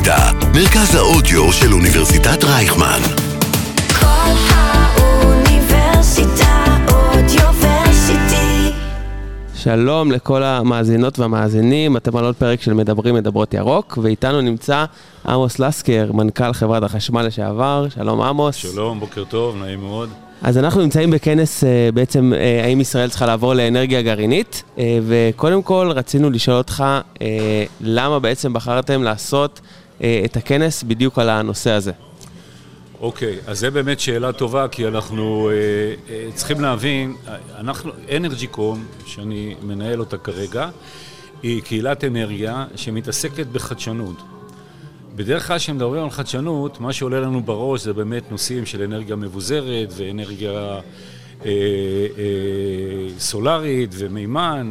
האוניברסיטה, מרכז האודיו של אוניברסיטת רייכמן. כל האוניברסיטה אודיוורסיטי. שלום לכל המאזינות והמאזינים, אתם על עוד פרק של מדברות ירוק, ואיתנו נמצא עמוס לסקר, מנכ"ל חברת החשמל לשעבר. שלום עמוס. שלום, בוקר טוב, נעים מאוד. אז אנחנו נמצאים בכנס בעצם האם ישראל צריכה לעבור לאנרגיה גרעינית, וקודם כל רצינו לשאול אותך למה בעצם בחרתם לעשות את הכנס בדיוק על הנושא הזה. אוקיי, אז זה באמת שאלה טובה, כי אנחנו צריכים להבין, אנרג'יקום, שאני מנהל אותה כרגע, היא קהילת אנרגיה שמתעסקת בחדשנות. בדרך כלל כשמדברים על חדשנות, מה שעולה לנו בראש זה באמת נושאים של אנרגיה מבוזרת ואנרגיה סולרית ומימן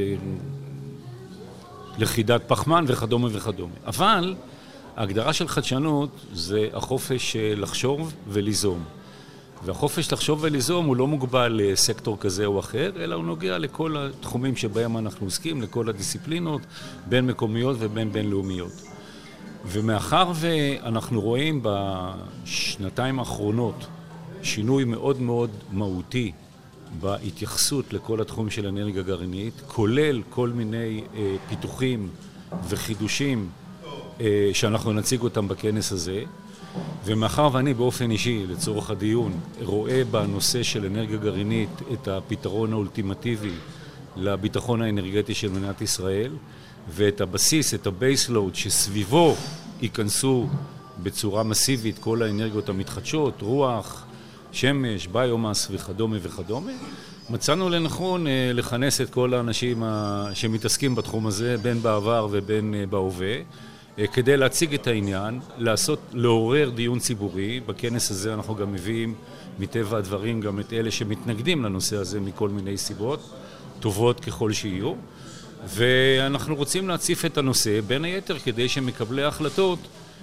ולכידת פחמן וכדומה וכדומה. אבל ההגדרה של חדשנות זה החופש לחשוב וליזום. והחופש לחשוב וליזום הוא לא מוגבל לסקטור כזה או אחר, אלא הוא נוגע לכל התחומים שבהם אנחנו עוסקים, לכל הדיסציפלינות, בין מקומיות ובין בינלאומיות. ומאחר ואנחנו רואים בשנתיים האחרונות שינוי מאוד מאוד מהותי בהתייחסות לכל התחום של אנרגיה גרעינית, כולל כל מיני פיתוחים וחידושים שאנחנו נציג אותם בכנס הזה, ומאחר ואני באופן אישי, לצורך הדיון, רואה בנושא של אנרגיה גרעינית את הפתרון האולטימטיבי לביטחון האנרגטי של מדינת ישראל, ואת הבסיס, את הבייסלוד שסביבו ייכנסו בצורה מסיבית כל האנרגיות המתחדשות, רוח, שמש, ביומאס וכדומה וכדומה, מצאנו לנכון לכנס את כל האנשים שמתעסקים בתחום הזה, בין בעבר ובין בהווה, כדי להציג את העניין, לעורר דיון ציבורי. בכנס הזה אנחנו גם מביאים מטבע הדברים גם את אלה שמתנגדים לנושא הזה מכל מיני סיבות, טובות ככל שיהיו. ואנחנו רוצים להציף את הנושא, בין היתר כדי שמקבלי ההחלטות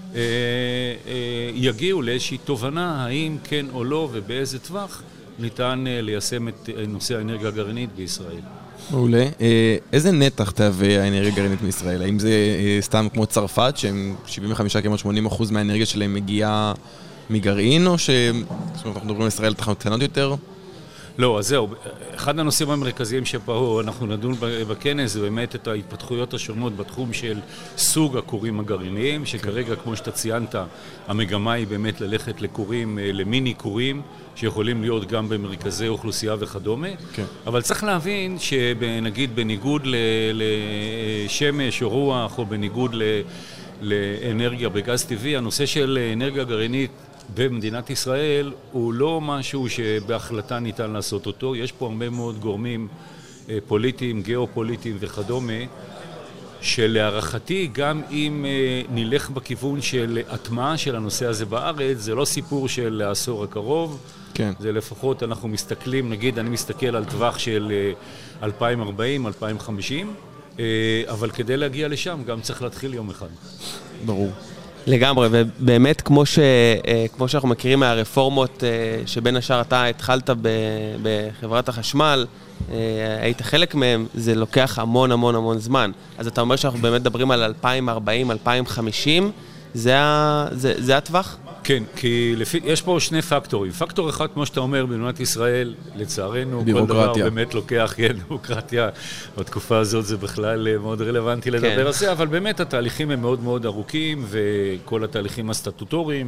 יגיעו לאיזושהי תובנה, האם כן או לא ובאיזה טווח ניתן ליישם את נושא האנרגיה הגרעינית בישראל. מעולה. איזה נתח תהווה האנרגיה הגרעינית בישראל? האם זה סתם כמו צרפת, שהם 75-80% מהאנרגיה שלהם מגיעה מגרעין, או שאנחנו מדברים על ישראל תחנות קטנות יותר? לא, אז זהו. אחד הנושאים המרכזיים שפה אנחנו נדון בכנס זה באמת את ההתפתחויות השונות בתחום של סוג הכורים הגרעיניים, שכרגע, כמו שאתה ציינת, המגמה היא באמת ללכת לכורים, למיני כורים, שיכולים להיות גם במרכזי אוכלוסייה וכדומה. כן. אבל צריך להבין שנגיד בניגוד לשמש או רוח, או בניגוד לאנרגיה בגז טבעי, הנושא של אנרגיה גרעינית במדינת ישראל הוא לא משהו שבהחלטה ניתן לעשות אותו. יש פה הרבה מאוד גורמים פוליטיים, גיאופוליטיים וכדומה, שלהערכתי גם אם נלך בכיוון של הטמעה של הנושא הזה בארץ, זה לא סיפור של העשור הקרוב. כן. זה לפחות אנחנו מסתכלים, נגיד אני מסתכל על טווח של 2040, 2050, אבל כדי להגיע לשם גם צריך להתחיל יום אחד. ברור. לגמרי, ובאמת כמו שאנחנו מכירים מהרפורמות שבין השאר אתה התחלת בחברת החשמל, היית חלק מהם, זה לוקח המון המון המון זמן. אז אתה אומר שאנחנו באמת מדברים על 2040, 2050, זה הטווח? כן, כי יש פה שני פקטורים. פקטור אחד, כמו שאתה אומר, במדינת ישראל, לצערנו, כל דבר באמת לוקח, כן, דמוקרטיה. בתקופה הזאת זה בכלל מאוד רלוונטי לדבר על זה, אבל באמת התהליכים הם מאוד מאוד ארוכים, וכל התהליכים הסטטוטוריים,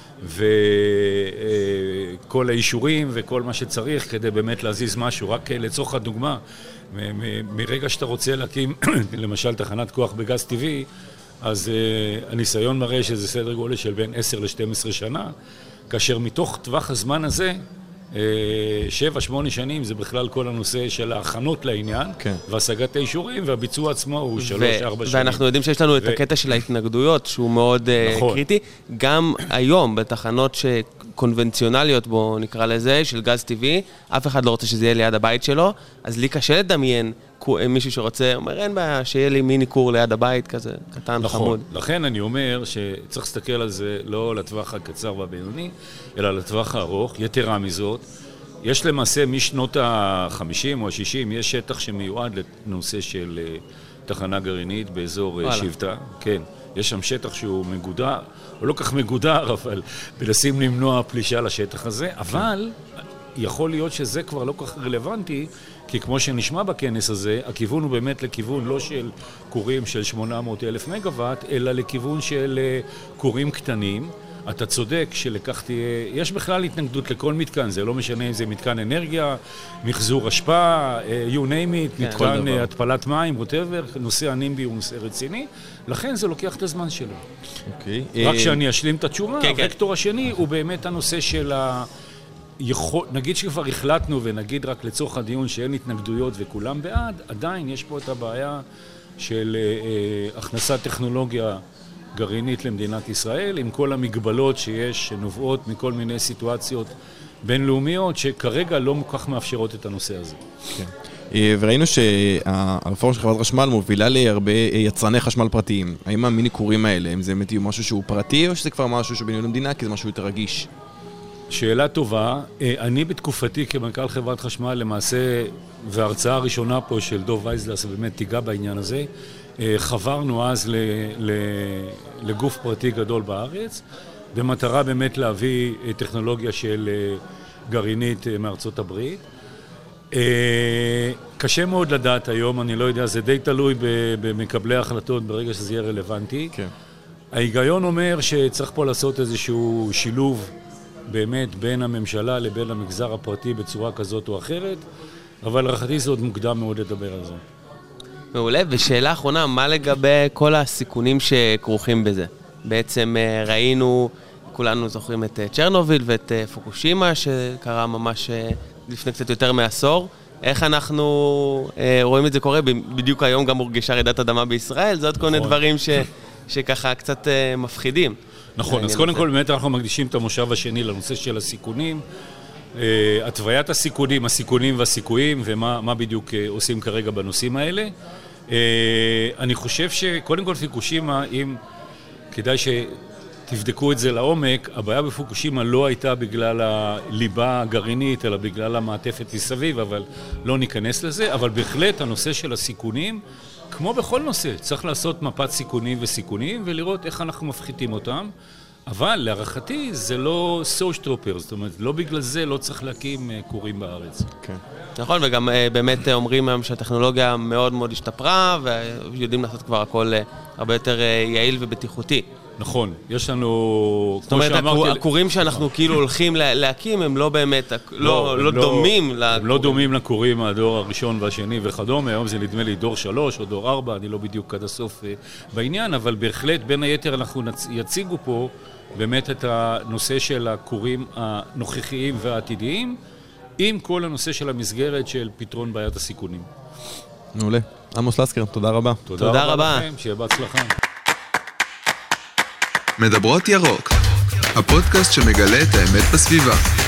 וכל האישורים, וכל מה שצריך כדי באמת להזיז משהו. רק לצורך הדוגמה, מרגע שאתה רוצה להקים, למשל, תחנת כוח בגז טבעי, אז הניסיון מראה שזה סדר גודל של בין 10 ל-12 שנה, כאשר מתוך טווח הזמן הזה, 7-8 שנים זה בכלל כל הנושא של ההכנות לעניין, כן. והשגת האישורים, והביצוע עצמו הוא 3-4 שנים. ואנחנו יודעים שיש לנו את הקטע של ההתנגדויות, שהוא מאוד נכון. קריטי. גם היום בתחנות קונבנציונליות, בו נקרא לזה, של גז טבעי, אף אחד לא רוצה שזה יהיה ליד הבית שלו, אז לי קשה לדמיין מישהו שרוצה, אומר אין בעיה, שיהיה לי מיני קור ליד הבית כזה, קטן, נכון. חמוד. לכן אני אומר שצריך להסתכל על זה לא לטווח הקצר והבינוני, אלא לטווח הארוך. יתרה מזאת, יש למעשה משנות ה-50 או ה-60, יש שטח שמיועד לנושא של תחנה גרעינית באזור שבטה. כן, יש שם שטח שהוא מגודר, או לא כך מגודר, אבל מנסים למנוע פלישה לשטח הזה, אבל יכול להיות שזה כבר לא כך רלוונטי, כי כמו שנשמע בכנס הזה, הכיוון הוא באמת לכיוון לא של כורים של 800,000 מגוואט, אלא לכיוון של כורים קטנים. אתה צודק שלקחתי, יש בכלל התנגדות לכל מתקן, זה לא משנה אם זה מתקן אנרגיה, מחזור השפעה, you name it, מתקן התפלת מים, whatever, נושא הנימבי הוא נושא רציני, לכן זה לוקח את הזמן שלו. רק שאני אשלים את התשובה, הוקטור השני הוא באמת הנושא של נגיד שכבר החלטנו ונגיד רק לצורך הדיון שאין התנגדויות וכולם בעד, עדיין יש פה את הבעיה של הכנסת טכנולוגיה גרעינית למדינת ישראל, עם כל המגבלות שיש, שנובעות מכל מיני סיטואציות בינלאומיות, שכרגע לא כל כך מאפשרות את הנושא הזה. כן. וראינו שהרפורמה של חברת חשמל מובילה להרבה יצרני חשמל פרטיים. האם המיני כורים האלה, אם זה באמת יהיו משהו שהוא פרטי, או שזה כבר משהו שבניהול המדינה, כי זה משהו יותר רגיש? שאלה טובה. אני בתקופתי כמנכ"ל חברת חשמל, למעשה, וההרצאה הראשונה פה של דוב וייזלס, באמת תיגע בעניין הזה, חברנו אז לגוף פרטי גדול בארץ, במטרה באמת להביא טכנולוגיה של גרעינית מארצות הברית. קשה מאוד לדעת היום, אני לא יודע, זה די תלוי במקבלי ההחלטות ברגע שזה יהיה רלוונטי. כן. ההיגיון אומר שצריך פה לעשות איזשהו שילוב באמת בין הממשלה לבין המגזר הפרטי בצורה כזאת או אחרת, אבל להערכתי זה עוד מוקדם מאוד לדבר על זה. מעולה, ושאלה אחרונה, מה לגבי כל הסיכונים שכרוכים בזה? בעצם ראינו, כולנו זוכרים את צ'רנוביל ואת פוקושימה, שקרה ממש לפני קצת יותר מעשור. איך אנחנו רואים את זה קורה? בדיוק היום גם הורגשה רעידת אדמה בישראל, זה עוד כל מיני דברים שככה קצת מפחידים. נכון, אז קודם כל באמת אנחנו מקדישים את המושב השני לנושא של הסיכונים, התוויית הסיכונים והסיכויים, ומה בדיוק עושים כרגע בנושאים האלה. אני חושב שקודם כל פוקושימה, אם כדאי שתבדקו את זה לעומק, הבעיה בפוקושימה לא הייתה בגלל הליבה הגרעינית, אלא בגלל המעטפת מסביב, אבל לא ניכנס לזה, אבל בהחלט הנושא של הסיכונים, כמו בכל נושא, צריך לעשות מפת סיכונים וסיכונים, ולראות איך אנחנו מפחיתים אותם, אבל להערכתי זה לא סושטרופר, זאת אומרת, לא בגלל זה לא צריך להקים כורים בארץ. כן. נכון, וגם באמת אומרים היום שהטכנולוגיה מאוד מאוד השתפרה, ויודעים לעשות כבר הכל הרבה יותר יעיל ובטיחותי. נכון, יש לנו... זאת אומרת, הכורים שאנחנו כאילו הולכים להקים, הם לא באמת, לא דומים. הם לא דומים לכורים הדור הראשון והשני וכדומה, היום זה נדמה לי דור 3 או דור 4, אני לא בדיוק עד הסוף בעניין, אבל בהחלט בין היתר אנחנו יציגו פה באמת את הנושא של הכורים הנוכחיים והעתידיים, עם כל הנושא של המסגרת של פתרון בעיית הסיכונים. מעולה. עמוס לסקר, תודה רבה. תודה רבה לכם, שיהיה בהצלחה. מדברות ירוק, הפודקאסט שמגלה את האמת בסביבה.